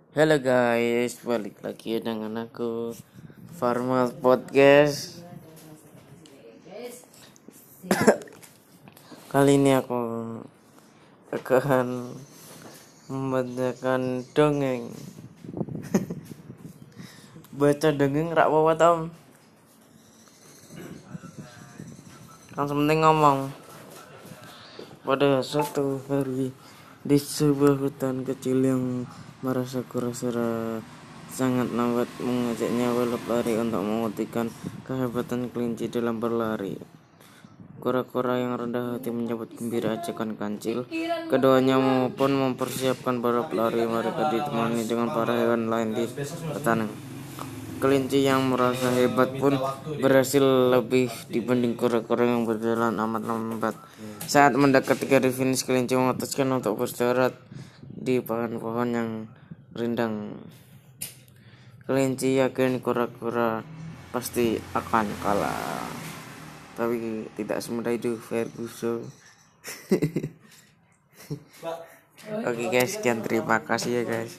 Halo guys, balik lagi dengan aku Farmal Podcast. Kali ini aku akan membacakan dongeng. Baca dongeng rak apa tom? Kan penting ngomong. Pada suatu hari di sebuah hutan kecil yang merasa kura-kura sangat lambat mengajaknya balap lari untuk membuktikan kehebatan kelinci dalam berlari. Kura-kura yang rendah hati menyambut gembira ajakan kancil. Keduanya pun mempersiapkan balap lari mereka ditemani dengan para hewan lain di hutan. Kelinci yang merasa hebat pun berhasil lebih dibanding kura-kura yang berjalan amat lambat. Saat mendekati garis finish, kelinci memutuskan untuk beristirahat di pohon-pohon yang rindang. Kelinci yakin kura-kura pasti akan kalah, tapi tidak semudah itu Ferguson. Oke guys, sekian, terima kasih ya guys.